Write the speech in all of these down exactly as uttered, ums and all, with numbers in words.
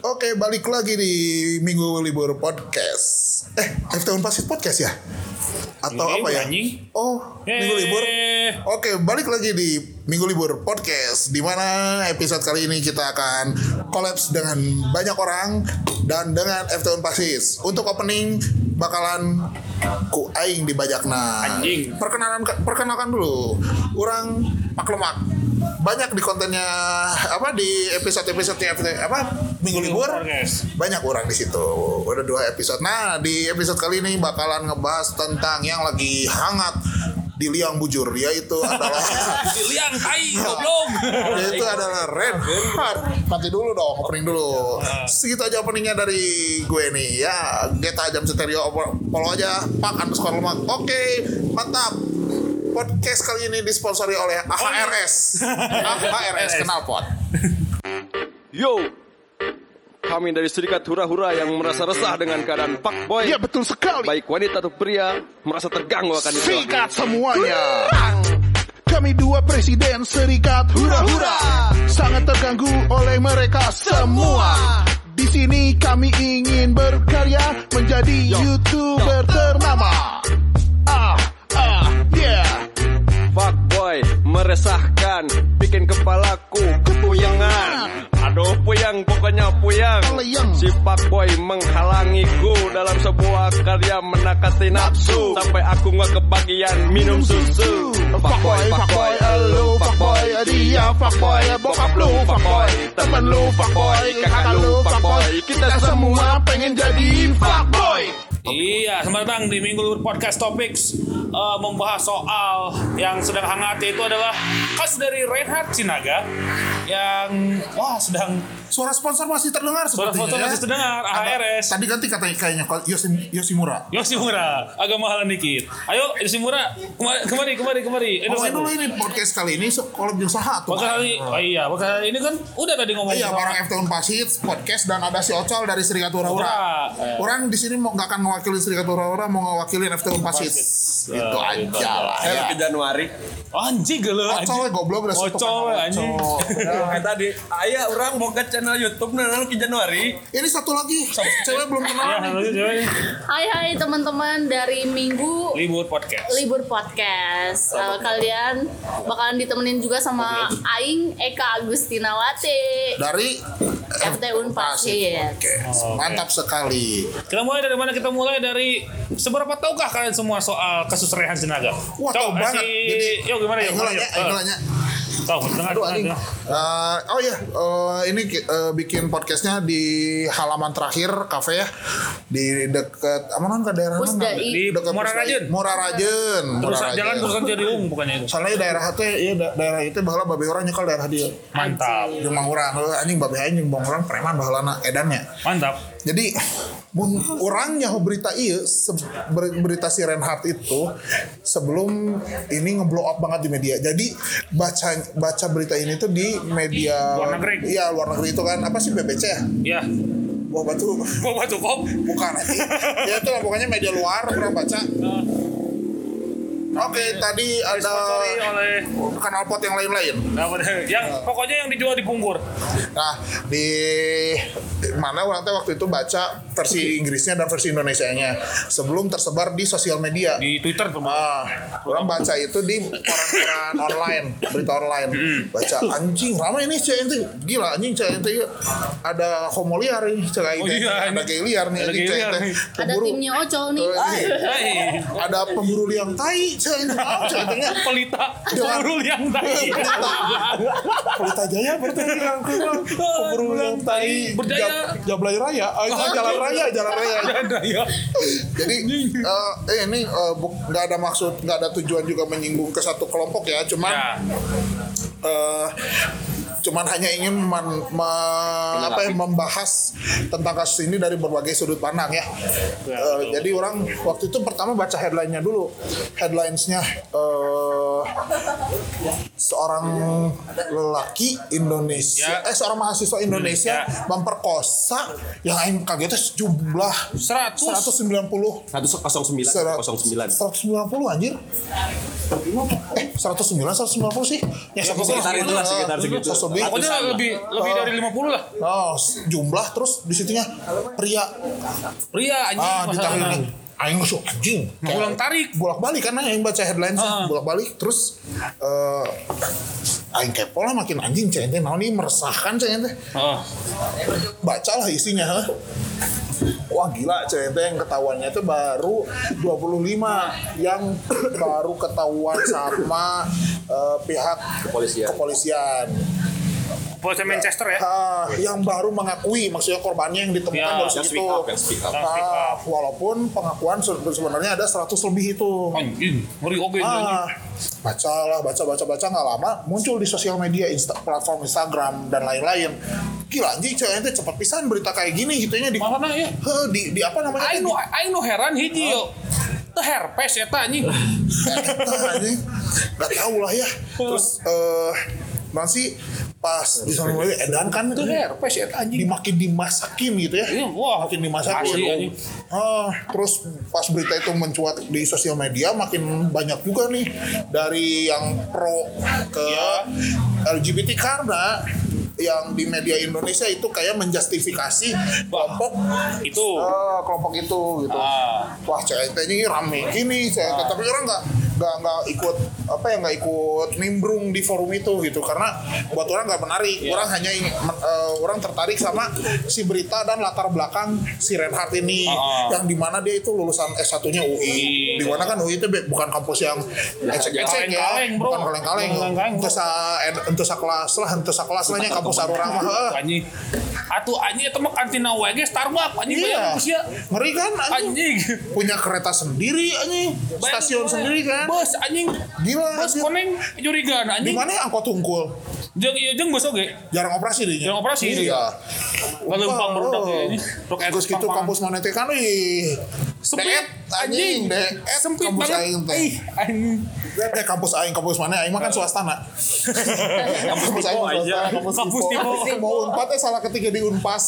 Oke, balik lagi di Minggu Libur Podcast. Eh, F T Unpasid Podcast ya? Atau Ini apa ya? anjing. Oh, Yeay. Minggu Libur. Oke, balik lagi di Minggu Libur Podcast, di mana episode kali ini kita akan kolaps dengan banyak orang dan dengan F T Unpasid. Untuk opening bakalan ku aing dibajakna. Anjing. Perkenalan perkenalkan dulu. Urang Pak Lemak. Banyak di kontennya apa di episode-episode apa Minggu Libur banyak orang di situ. Udah dua episode. Nah, di episode kali ini bakalan ngebahas tentang yang lagi hangat di liang bujur, yaitu adalah di liang tai goblok. Yaitu adalah Reinhardt. Nanti dulu dong, opening dulu. Segitu aja openingnya dari gue nih ya. Geta Jam Stereo, follow aja Pak underscore Lemak. Oke, mantap. Podcast kali ini disponsori oleh A H R S. A H R S Knalpot. Yo, kami dari Serikat Hura-Hura yang merasa resah dengan keadaan fuckboy. Iya, betul sekali. Baik wanita atau pria merasa terganggu akan itu. Sikat semuanya. Kami dua presiden Serikat Hura-Hura sangat terganggu oleh mereka semua. Di sini kami ingin berkarya menjadi YouTuber ternama. Ah, ah, yeah. Fuckboy meresahkan, bikin kepalaku kepuyangan. Aduh puyang, pokoknya puyang. Puyang. Si fuckboy menghalangiku dalam sebuah karya menakati nafsu. Sampai aku gak kebagian minum susu. Fuckboy, fuckboy, elu, fuckboy, dia fuckboy, bokap lu fuckboy, temen lu fuckboy, kakak lu fuckboy, kita semua pengen jadi fuckboy. Iya, selamat datang di Minggu Libur Podcast Topics, uh, membahas soal yang sedang hangat, yaitu adalah kasus dari Reinhardt Sinaga yang wah sedang Suara sponsor masih terdengar suara sepertinya. foto masih terdengar. A H R S. Tadi ganti katanya kayaknya Yosi, Yoshimura. Yoshimura agak mahalan dikit. Ayo Yoshimura kemari kemari kemari kemari. Ngomongin dulu ini podcast kali ini kalau yang sahat tuh. Bakal kali, oh iya, bakal ini kan udah tadi ngomong. Iya, bareng F T Unpasid Podcast dan ada si Ocol dari Serikat Hura-Hura. Orang di sini mau nggak akan mewakili Serikat Hura-Hura, mau ngewakilin F T Unpasid. Itu aja lah Saya ya. ke Januari. Anjing gelo anjing. Ocol goblok udah Ocol anjing. Nah, tadi ayah orang mau ke channel YouTube nanti ke Januari. Ini satu lagi cewek belum kenal Ya, nih. halo cewek. Hai hai teman-teman dari Minggu Libur Podcast. Libur Podcast. Uh, kalian bakalan ditemenin juga sama Aing Eka Agustinawati Dari F T Unpasid. Oke, mantap sekali. Kita mulai dari mana? Kita mulai dari seberapa tahukah kalian semua soal kasus Reinhardt Sinaga? Wah, tahu Coba, banget. si- Jadi, yuk gimana ya? Enggak ya, enggak. Tahu, dengar. Aduh anjing. Uh, oh iya, uh, ini uh, bikin podcastnya di halaman terakhir kafe ya, di dekat apa namanya daerah mana? Pusdai. Di Dekat Muararajen. Murarajen. Terus Murarajen. jalan terusan jadi um bukannya itu. Soalnya daerah itu ya da- daerah itu baheula babe urang nyekel daerah dia. Mantap. Jeung mang urang heuh anjing babe aing jeung bang urang preman baheulana edannya. Mantap. Jadi mun orangnya berita ieu se- ber- berita si Reinhardt itu sebelum ini ngeblow up banget di media. Jadi baca baca berita ini tuh di media Luar negeri. Iya, luar negeri itu kan apa sih B B C ya? Ya. Wah batu Gua batu kop. bukan anjing. Ya itu lah pokoknya media luar orang baca. Oke, tadi ada Disponsori oleh kanal pot yang lain-lain. nah, yang pokoknya yang dijual di Punggur. Nah, di mana orang teh waktu itu baca versi Inggrisnya dan versi Indonesianya sebelum tersebar di sosial media. Di Twitter tuh. Ah, orang baca itu di koran-koran online, berita online. Baca anjing ramai ini cek itu gila anjing cek itu ada homo liar ini cek Oh ini. iya, Ada ini. gay liar nih Ada anjing gay cek liar teh. nih. Ada Pemburu- timnya Ocol nih. Oh, ini. Hai. Ada pemburu liang tai cek ini. Ah, cek itu nya. Pelita. Dengan- Pemburu yang tadi. Pelita. Pelita Jaya berarti yang pemburu liang tai. Berjaya. Jab- Jablay Raya. Ah, itu jalan raya, jalan raya. Ada ya. Jadi eh, eh ini eh, bu- nggak ada maksud, nggak ada tujuan juga menyinggung ke satu kelompok ya, cuman Ya. eh, cuman hanya ingin men- me- apa ya, membahas tentang kasus ini dari berbagai sudut pandang ya. Eh, jadi orang waktu itu pertama baca headline-nya dulu, headlines-nya eh, seorang lelaki Indonesia, Ya. eh seorang mahasiswa Indonesia Ya. memperkosa yang aing kagetnya sejumlah Seratus. seratus sembilan puluh seratus sembilan nol sembilan. seratus sembilan puluh anjir. Eh seratus sembilan seratus sembilan puluh sih. Ya sekitar itulah, sekitar segitu. Sosok lebih. Pokoknya lebih lebih Oh. dari lima puluh lah. Oh, jumlah terus di situnya pria. Pria anjing Ah, masalahnya. ditarik. Aing langsung anjing. Pulang tarik. Bolak-balik karena yang baca headline sih, Ah. bolak-balik terus eh aing kepo lah makin anjing ceng teh naon ieu meresahkan ceng teh. Oh. Bacalah isinya, ha. Wah gila ceng teh yang ketahuannya tuh baru dua puluh lima yang baru ketahuan sama eh, pihak Kepolisian. kepolisian. Polisi Manchester ya. Ah, yang baru mengakui maksudnya korbannya yang ditemukan Ya, baru yang segitu. speak up, yang speak up. Yang speak Ah, walaupun pengakuan se- sebenarnya ada seratus lebih itu. Anjing, ngeri oge anjing. Ah, bacalah, baca, baca, baca nggak lama muncul di sosial media, Insta, platform Instagram dan lain-lain. Gila anjing, cewek ente cepat pisan berita kayak gini gitunya di, Mana ya? Heh, di, di apa namanya? Aing nu aing nu heran hiji yo. Teu herpes eta anjing. Eta anjing. Gak tau lah ya. Terus eh masih pas di sana mulai edan kan Teu herpes eta anjing. dimakin dimasakin gitu ya. Iya, wah, Makin dimasakin. asli, anjing. Ah, terus pas berita itu mencuat di sosial media makin banyak juga nih dari yang pro ke Iya. L G B T karena yang di media Indonesia itu kayak menjustifikasi kelompok Itu. ah, kelompok itu gitu. Ah. Wah C N T ini rame gini, C N T tapi orang nggak nggak nggak ikut apa ya nggak ikut nimbrung di forum itu gitu karena buat orang nggak menarik. Yeah. Orang hanya ing- men- eh, orang tertarik sama si berita dan latar belakang si Reinhardt ini Ah. yang dimana dia itu lulusan S satu-nya U I. Iya. Dimana kan U I itu be- bukan kampus yang ecek-ecek ya, Kaleng-kaleng, bro. bukan kaleng-kaleng. Kaleng-kaleng, bro. Untuk sa untuk sa kelas lah, untuk sa kelas lahnya kampus Arura mah. heuh. Anjing. Atuh anjing eta mah kantina W G Starbucks anjing Iya. bayang sia. Ngeri kan anjing. Anjing. Punya kereta sendiri anjing, stasiun Bayang, sendiri kan. Bus anjing. Gila. Bus anjing. koneng jurigan Di anjing. mana angkot tungkul? Jeung ieu jeung bus oge. Jarang operasi dia. Jarang operasi dia. Iya. Galeumpang barudak ya ini. Rok Terus gitu pang-pang. kampus mana teh kan ih. Sempit Deet, anjing, deet, Sempit kampus banget. aing teh. Ih, anjing. Eh kampus aing, kampus mana? Aing mah kan swastana. kampus aing mah swastana, kampus Kampus Tipo. Tipo. Mau Unpad teh salah ketika di Unpas.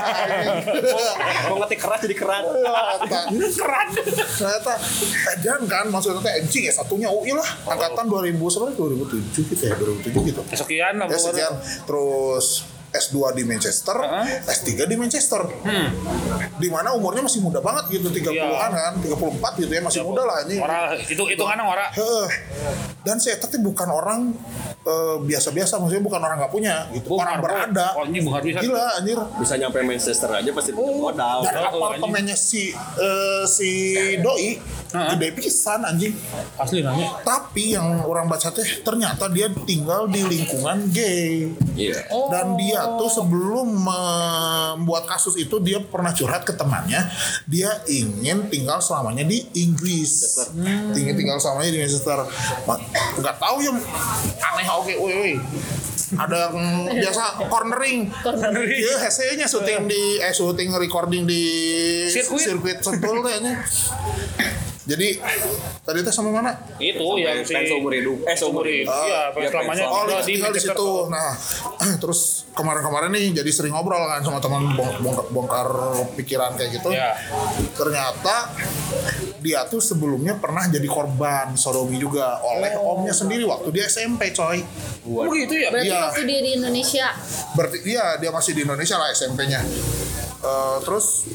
Mau ngetik keras jadi keran. Keren. Ternyata edan kan maksudnya teh anjing ya satunya U I lah. Angkatan dua ribu sebenarnya dua ribu tujuh gitu ya, dua ribu tujuh gitu. Sekian lah. Ya sekian terus S dua di Manchester, Uh-huh. S tiga di Manchester. Hmm. Di mana umurnya masih muda banget gitu, tiga puluhan Iya. kan, tiga puluh empat gitu ya, masih muda lah ini. Ora itu hitungan ora. Heh. Dan saya tapi bukan orang eh, biasa-biasa, maksudnya bukan orang nggak punya gitu, Bung orang Harbo. berada. Oh, anjing, Bung Harbo bisa. Gila anjir. Bisa nyampe Manchester aja pasti punya modal. Dan Oh, oh, apartemennya si eh, si Doi Uh-huh. gede pisan anjing. Asli nanya. Tapi yang orang baca teh ternyata dia tinggal di lingkungan gay. Iya. Dan dia tuh sebelum membuat kasus itu dia pernah curhat ke temannya, dia ingin tinggal selamanya di Inggris. Hmm. Ingin tinggal selamanya di Manchester. Ma- Nggak tahu ya aneh oke, woi woi. Ada yang biasa cornering. Cornering. Iya, hesenya syuting di eh syuting recording di Sirkuit. sirkuit Sentul kayaknya. Jadi tadi itu sampai mana? Itu yang si Fans seumur hidup. Eh seumur hidup. Iya, Iya, selamanya fans Oh, tinggal dia tinggal di Manchester. situ. Nah, terus kemarin-kemarin nih jadi sering ngobrol kan sama teman bong- bongkar, bongkar pikiran kayak gitu. Ya. Ternyata dia tuh sebelumnya pernah jadi korban sodomi juga oleh omnya sendiri waktu dia S M P, coy. Oh gitu ya. Berarti Iya. waktu dia di Indonesia. Berarti iya dia masih di Indonesia lah S M P-nya. Eh, terus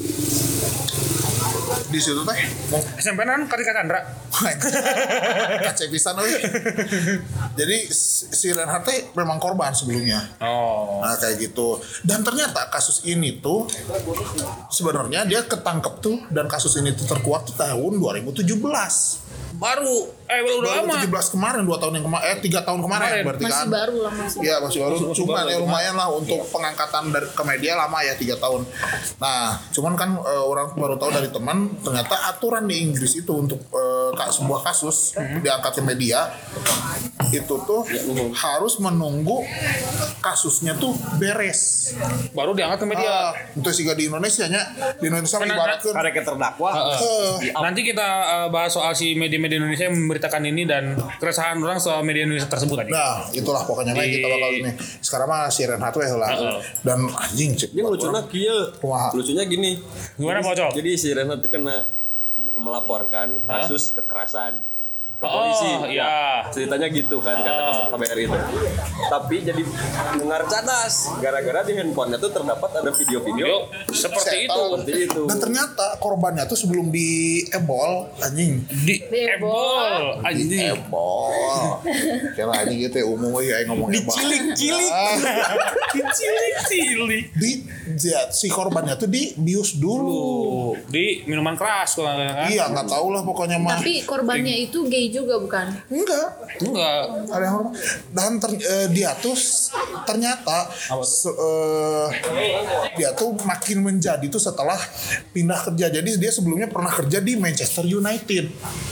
di situ teh mau S M P-an Kartika Chandra. kacau pisan euy. Jadi si Reinhardt teh memang korban sebelumnya. Oh. Nah kayak gitu. Dan ternyata kasus ini tuh sebenarnya dia ketangkep tuh dan kasus ini tuh terkuak tuh tahun dua ribu tujuh belas. Baru eh udah lama. dua ribu tujuh belas kemarin, dua tahun yang kemarin, eh tiga tahun kemarin, Kemarin. berarti Masih kan. baru lah masih. Iya masih baru, cuman ya lumayan lah untuk pengangkatan dari ke media lama ya tiga tahun. Nah, cuman kan eh, orang baru tahu dari teman ternyata aturan di Inggris itu untuk eh, ka- sebuah kasus diangkat ke media itu tuh harus menunggu kasusnya tuh beres. Baru diangkat ke media. Ah, untuk siga di Indonesia nya, di Indonesia Karena- ibaratkan Karena terdakwa. eh, Nanti kita uh, bahas soal si media-media Indonesia yang memberitakan ini dan keresahan orang soal media Indonesia tersebut tadi. nah itulah pokoknya kayak Di- kita bakal ini. Sekarang mah si Reinhardt we lah. Heeh. Dan anjing cek. Ini lucunya kieu. Kumaha? Lucunya gini. Gimana, Pocok? Jadi si Reinhardt itu kena melaporkan kasus kekerasan. ke polisi. Oh, iya. Ceritanya gitu kan kata Ah. K B R itu. Tapi jadi dengar cadas gara-gara di handphonenya tuh terdapat ada video-video Yo, seperti Saya itu. tahu. seperti itu. Dan ternyata korbannya tuh sebelum di ebol anjing. Di ebol anjing. Ebol. Kira anjing gitu ya umum aja ngomong ebol. Dicilik-cilik. Ah, Dicilik-cilik. di dia, si korbannya tuh dibius dulu. Di minuman keras kalau nggak kan? Iya nggak tahu lah pokoknya mah. Tapi korbannya itu gay juga bukan? Enggak. Enggak. Ada yang hormat. Dan ter- eh, dia tuh s- ternyata se- eh, dia tuh makin menjadi tuh setelah pindah kerja. Jadi dia sebelumnya pernah kerja di Manchester United.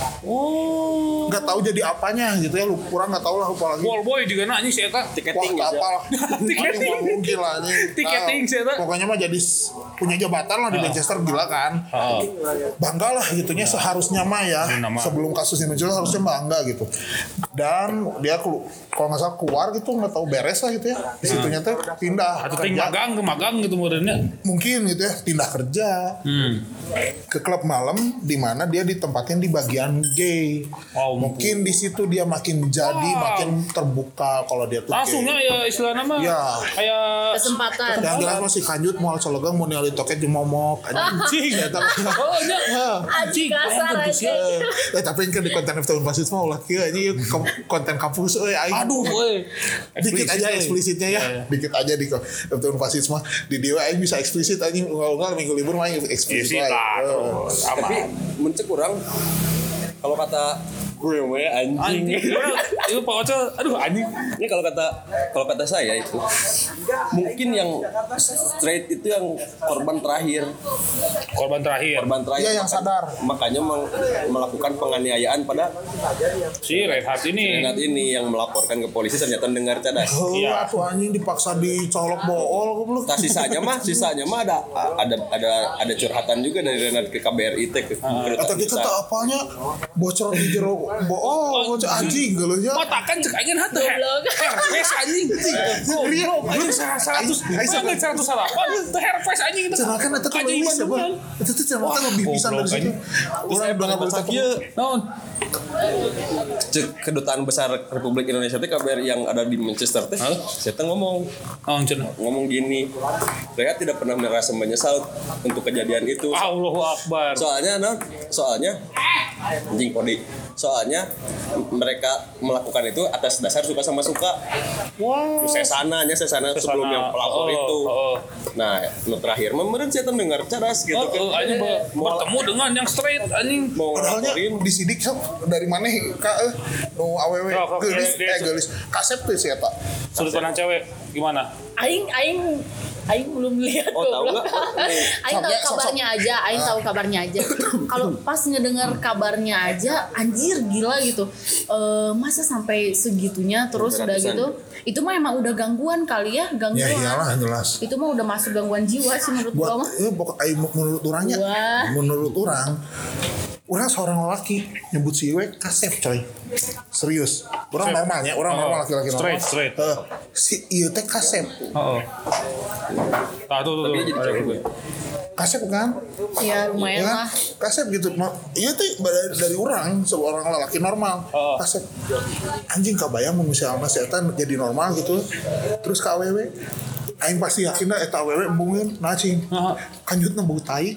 Oh. Nggak tahu jadi apanya gitu ya. Lu kurang nggak tahu lah apa lagi. Wall boy juga nanya sih eta. Wah Tiketing tak aja. apa lah. Tiketing. Anjing mah mungkin lah anjing. Tiketing Nah, sih, eta. pokoknya mah jadi s- punya jabatan lah di Manchester gila kan. Oh. Bangga lah gitunya seharusnya mah ya. Nama. Sebelum kasusnya muncul harusnya bangga gitu. Dan dia kelu- kalau nggak salah keluar gitu nggak tahu beres lah gitu ya. Di situnya tuh pindah Atau ting kerja. magang ke magang gitu modelnya. Mungkin gitu ya pindah kerja Hmm. ke klub malam di mana dia ditempatin di bagian gay. Wow. Mungkin di situ dia makin jadi Wow. makin terbuka kalau dia tuh Langsungnya gay. ya istilahnya mah Ya. kayak Kesempatan. Yang jelas masih kanjut mau cologang mau niali toket jeung momok anjing ya tak. oh nya Anjing kasar aja. Eh tapi kan di konten tahun pasis mah ulah kieu anjing konten kampus euy aing. aduh euy. Dikit aja euy. eksplisitnya ya. Iya, iya. Dikit aja di tahun pasis mah di dia aing bisa eksplisit anjing unggal-unggal minggu libur mah aing eksplisit. Isi wae. tak Eh. terus Tapi aman. muncul kurang kalau kata gue we anjing. Anjing. Itu Pak Oce, aduh anjing. Ini kalau kata kalau kata saya itu mungkin yang straight itu yang korban terakhir, Korban terakhir korban terakhir. Iya, yang Maka- sadar. Makanya meng- melakukan penganiayaan pada si Reinhardt ini. Renat ini yang melaporkan ke polisi ternyata dengar cadas. Oh, Iya. tuh anjing dipaksa dicolok bool goblok. Nah, sisanya mah sisanya mah ada ada ada ada curhatan juga dari Renat ke K B R I teh ke kedutaan Eta kita besar. tak apanya bocor di jero bool bocor anjing geuleuh nya. Matakan cek aing hate. Herpes anjing. Goblok anjing seratus. Banget seratus salapan. Teh herpes anjing itu. Cenah kan eta tuh Anjing leuwis ya, Bang. Bandungan. Eta tuh cenah teh lebih pisan dari goblok, situ. Terus saya pernah baca kieu Naon? cek kedutaan besar Republik Indonesia teh K B R I yang ada di Manchester teh. Saya teh ngomong Naon cenah? ngomong gini, saya tidak pernah merasa menyesal untuk kejadian itu. Allahu Akbar. Soalnya nah, soalnya anjing kodi. Soalnya mereka melakukan itu atas dasar suka sama suka. Wow. Sesananya sesana Sesana. sebelum yang pelapor Oh, itu. oh. Nah, nu terakhir meureun saya dengar cadas gitu Oh, oh, anjing be- Mau- bertemu dengan yang straight anjing. mau Padahalnya laporin disidik sok dari mana ka eh nu awewe Oh, kok geulis dia- eh geulis kasep teh si eta. Sudut pandang cewek gimana? Aing aing aing belum lihat Oh, tahu goblok. nggak? Aing tahu Sok, sok, kabarnya aja, aing tahu kabarnya aja. Kalau pas ngedengar kabarnya aja, anjir gila gitu. Eh, masa sampai segitunya terus udah Beratusan. gitu. Itu mah emang udah gangguan kali ya, Ya gangguan. iyalah jelas. Itu mah udah masuk gangguan jiwa sih menurut gua Buat mah. eh pokok ai menurut orangnya Wah. menurut orang orang seorang lelaki nyebut si Iwe kasep coy. Serius. Orang Kasep. normalnya, orang Oh, normal laki-laki normal. straight, straight. Eh, si ieu teh kasep. Heeh. Tah tuh tuh. Tapi dia jadi tuh. cewek gue. Kasep kan? Ya Ya lumayan kan? lah. Kasep gitu. Ma- Iya tuh dari, dari orang seorang lelaki normal. Oh. Kasep. Anjing kabayang mun misalnya si eta jadi normal gitu. Terus ka awewe aing pasti yakin dah eta awewe embungin nah cing. Heeh. Kanjutna bau tai.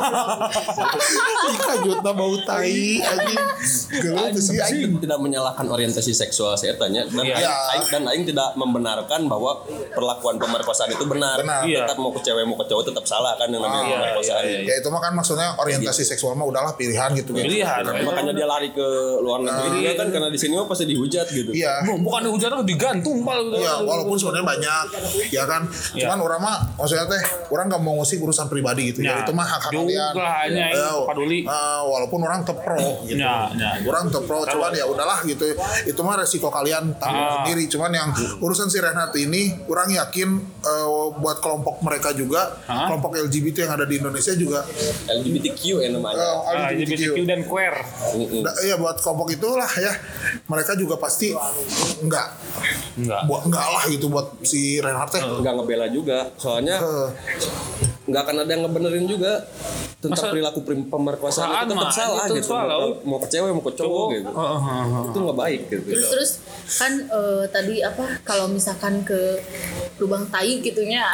Ih, kanjutna bau tai anjing. Geuleuh tuh si Aing anjing. tidak menyalahkan orientasi seksual saya tanya dan Iya. aing, aing- dan aing tidak membenarkan bahwa perlakuan pemerkosaan itu benar. Benar. Iya. Tetap mau ke cewek mau ke cowok tetap salah kan yang namanya Iya, pemerkosaan. iya, iya. Ya itu mah kan maksudnya orientasi seksual mah udahlah pilihan gitu kan. Pilihan. Makanya dia lari ke luar negeri juga kan karena di sini mah pasti dihujat gitu. Iya. Bu- Bukan dihujat tuh digantung pal gitu. Ya walaupun sebenarnya banyak ya kan. Ya. Cuman orang mah maksudnya teh orang gak mau ngusik urusan pribadi gitu ya. Ya. Itu mah hak hak Juga kalian. hanya yang Eh, peduli. eh, walaupun orang tepro gitu. Ya, ya. Orang tepro cuman ya udahlah gitu. Itu mah resiko kalian tanggung Ah. sendiri. Cuman yang urusan si Renat ini orang yakin eh, buat kelompok mereka juga, Ah. kelompok L G B T yang ada di Indonesia juga L G B T Q ya namanya. eh, Ah, L G B T Q dan queer. Mm-mm. Da- iya buat kelompok itulah ya mereka juga pasti enggak Enggak. buat enggak lah gitu buat si Reinhardt teh. Nggak ngebela juga soalnya Eh, nggak akan ada yang ngebenerin juga tentang Masa perilaku pem- pemerkosaan itu tetap mah, salah itu gitu. salah. Mau, mau ke cewek mau ke cowok gitu. Uh, uh, uh, uh. Itu nggak baik gitu. Terus terus kan eh, tadi apa kalau misalkan ke lubang tai gitunya.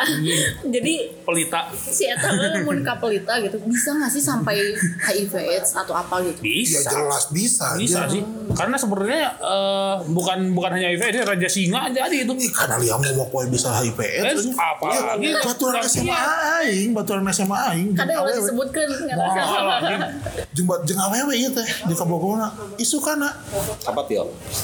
Jadi Pelita si eta mun ka pelita gitu bisa nggak sih sampai H I V AIDS atau apa gitu? Ya bisa. jelas bisa. Bisa aja. sih. Karena sebenarnya eh, bukan bukan hanya H I V dia raja singa jadi itu. Ih, karena liam ngomong poe bisa H I V Eh, AIDS. apa lagi? Baturan S M A aing, baturan S M A aing. Kadang Awewe. udah disebutkan Wah, anjing. Jeung bat- jeung awewe ieu teh di Kabogona. Isukana Apa Tio?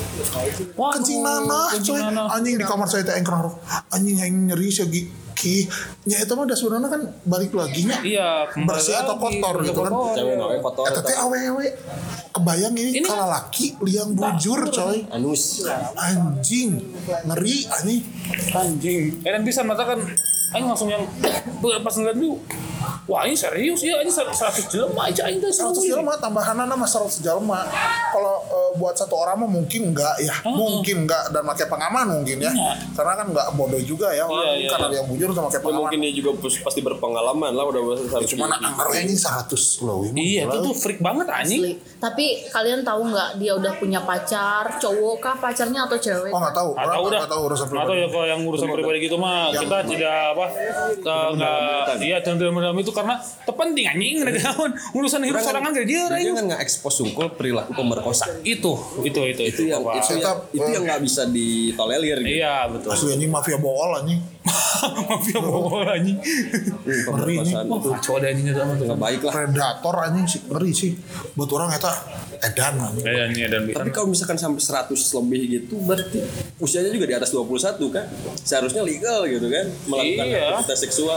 Waduh, kencing nanah kencing coy. nanah. Anjing di kamar saya teh aing kerang. Anjing aing nyeri segi ki. Nya eta mah dasarna kan balik lagi nya. Iya, kembali Bersih atau lagi, kotor gitu kan. kotor. Cewek nawe kotor. Eta teh awewe. Kebayang ini, Ini- kalau laki liang bujur coy. Anus. Anjing ngeri anjing. Anjing. Eh dan bisa matakan aing langsung yang pas ngeliat dulu. Wah, ini serius ya, ini seratus jelema aja aing teh seratus jelma tambahanana mah seratus jelma. Kalau eh, buat satu orang mah mungkin enggak ya. Mungkin enggak dan pakai pengaman mungkin ya. Karena kan enggak bodoh juga ya orang Iya, iya. karena dia bujur sama pakai Ya, pengaman. mungkin dia juga pasti berpengalaman lah udah harus Cuma anggar anjing seratus loh. Iya, itu tuh freak banget anjing. Asli. Tapi kalian tahu nggak dia udah punya pacar, cowok kah pacarnya atau cewek? Oh enggak tahu. Nggak Orang tahu dah. enggak tahu urusan Nggak tahu pribadi. ya kalau yang urusan pribadi gitu mah kita tidak apa eh, nggak iya dan dalam itu karena terpenting anjing naon urusan hidup sorangan gak dia Dia aing. kan nggak ekspos sungkul perilaku pemerkosa. Itu itu itu Itu yang Apa? itu yang Tetap, itu yang nggak bisa ditolerir gitu. Iya betul. Asli anjing mafia bool anjing. Mafia bola anjing. Hmm, pemerkosaan Wah, itu kacau ada anjing itu mah. nggak baik lah. Predator anjing sih ngeri sih. Buat orang eta edan anjing. Ya ini dan Tapi kalau misalkan sampai seratus lebih gitu berarti usianya juga di atas dua puluh satu kan. Seharusnya legal gitu kan melakukan Iya. aktivitas seksual.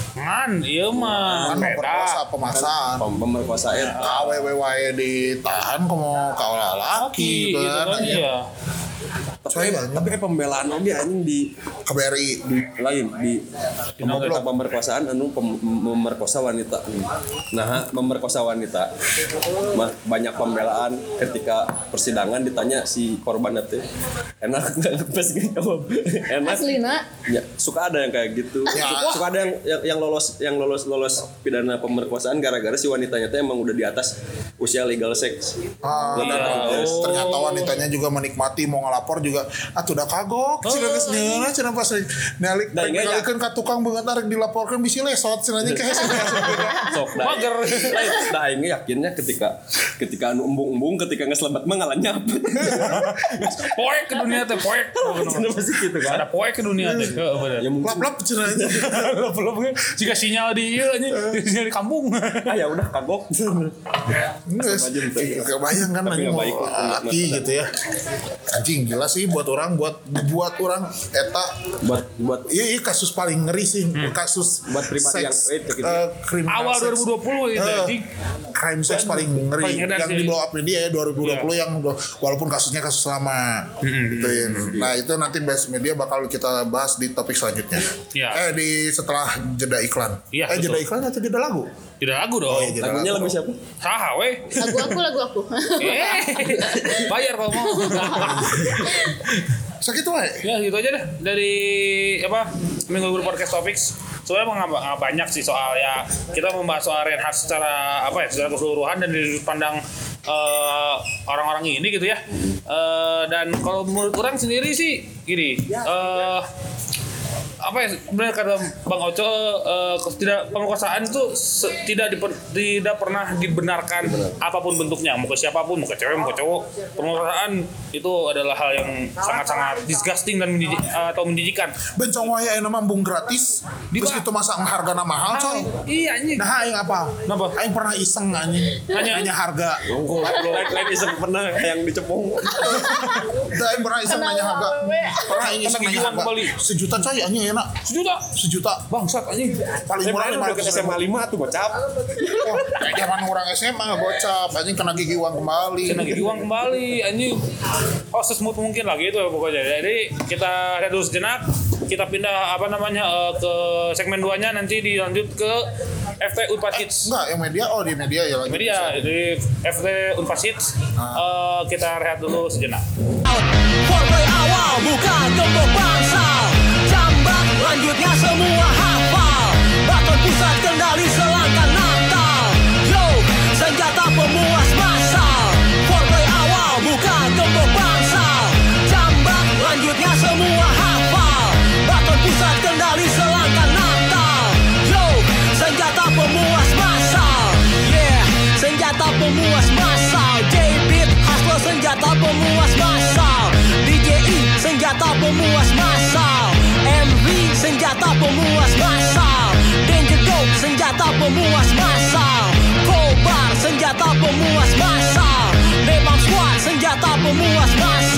kan iya mah Kan memperkosa beda. pemaksaan. Pem- Pemerkosaan. Awewe wae ditahan komo ka laki Gitu gitu kan kan. iya. Tapi Coy, tapi kayak pembelaan oge anjing di K B R I. di lain di tentang pemerkosaan anu pem, memerkosa wanita. Nah, memerkosa wanita mah banyak pembelaan ketika persidangan ditanya si korban teh enak enggak pas jawab enak. Aslina Ya, suka ada yang kayak gitu. Ya. Suka, suka ada yang, yang yang lolos yang lolos lolos pidana pemerkosaan gara-gara si wanitanya teh emang udah di atas usia legal seks. Ah, Iya. dan Oh. ternyata wanitanya juga menikmati mau ngelapor juga ah tuh udah kagok cenah geus nyeuna cenah pas nelik Da, ingat ya. nelikkeun ka tukang beungeut arek dilaporkeun bisi lesot cenah nya kayak Sok dah. Mager. Dah ini yakinnya ketika ketika anu embung-embung ketika ngeslebat mah ngalah nyap. Poek ke dunia teh poek. Cenah pasti gitu kan. Ada poek ke dunia teh. Heeh bener. Ya mungkin lap-lap cenah nya. Belum kan jika sinyal di ieu anjing sinyal di kampung. ah ya udah kagok. Geus kebayang kan Tapi anjing nggak mau baik lah. laki gitu ya. Anjing gila sih buat orang buat buat orang eta buat buat iya, iya kasus paling ngeri sih kasus Buat pribadi yang- seks, itu gitu. eh, kriminal Awal seks. dua ribu dua puluh itu Eh, anjing. crime sex paling ngeri Paling edan yang sih. di blow up dia ya dua ribu dua puluh yang walaupun kasusnya kasus lama gitu ya. Nah itu nanti Best Media bakal kita bahas di topik selanjutnya. Iya. Eh di setelah jeda iklan. Iya, eh jeda betul. iklan atau jeda lagu? Tidak lagu dong. Oh, iya, jeda lagunya lagu. lagu siapa? Saha weh. lagu aku lagu aku. Eh, bayar kalau mau. Sakit wae. Ya gitu aja deh dari apa Minggu Libur Podcast Topics. Sebenarnya emang nggak nggak banyak sih soal ya kita membahas soal Reinhardt secara apa ya secara keseluruhan dan dari sudut pandang eh, orang-orang ini gitu ya. Eh, dan kalau menurut orang sendiri sih gini. eh apa ya sebenarnya kata Bang Oco eh, tidak pemerkosaan itu se- tidak diper- tidak pernah dibenarkan apapun bentuknya mau ke siapapun mau ke cewek mau ke cowok pemerkosaan itu adalah hal yang sangat-sangat disgusting dan menjijik, atau menjijikan. Bencong wae aya nama embung gratis. Di Terus ba- gitu masa hargana mahal coy. Iya anjing. Nah aing apa? Kenapa? Aing pernah iseng anjing. Hanya- Nanya harga. Lain lain iseng pernah yang dicepung. Dah aing pernah iseng nanya harga. Pernah aing iseng Kena nanya gigiwan harga. kembali. Sejuta coy anjing enak. Sejuta. Sejuta. Bangsat anjing. Paling Saya murah pernah lima udah ke ratus S M A lima tuh gocap. Oh, kayak zaman orang S M A gocap, anjing kena gigi uang kembali. Kena gigi uang kembali anjing. Oh sesmooth mungkin lah gitu ya pokoknya. Jadi kita lihat dulu sejenak. Kita pindah apa namanya eh, ke segmen duanya nanti dilanjut ke F T Unpad Hits. Enggak, yang media oh di media ya lagi. Media di F T Unpad Hits. Eh, kita rehat dulu sejenak. Foreplay awal bukan gembok bangsal. Jambak lanjutnya semua hafal. Baton pusat kendali selangkah Natal. pemuas massal. D J I senjata pemuas massal. M V senjata pemuas massal. Danger Dog senjata pemuas massal. Kobar senjata pemuas massal. Bebang Squad senjata pemuas massal.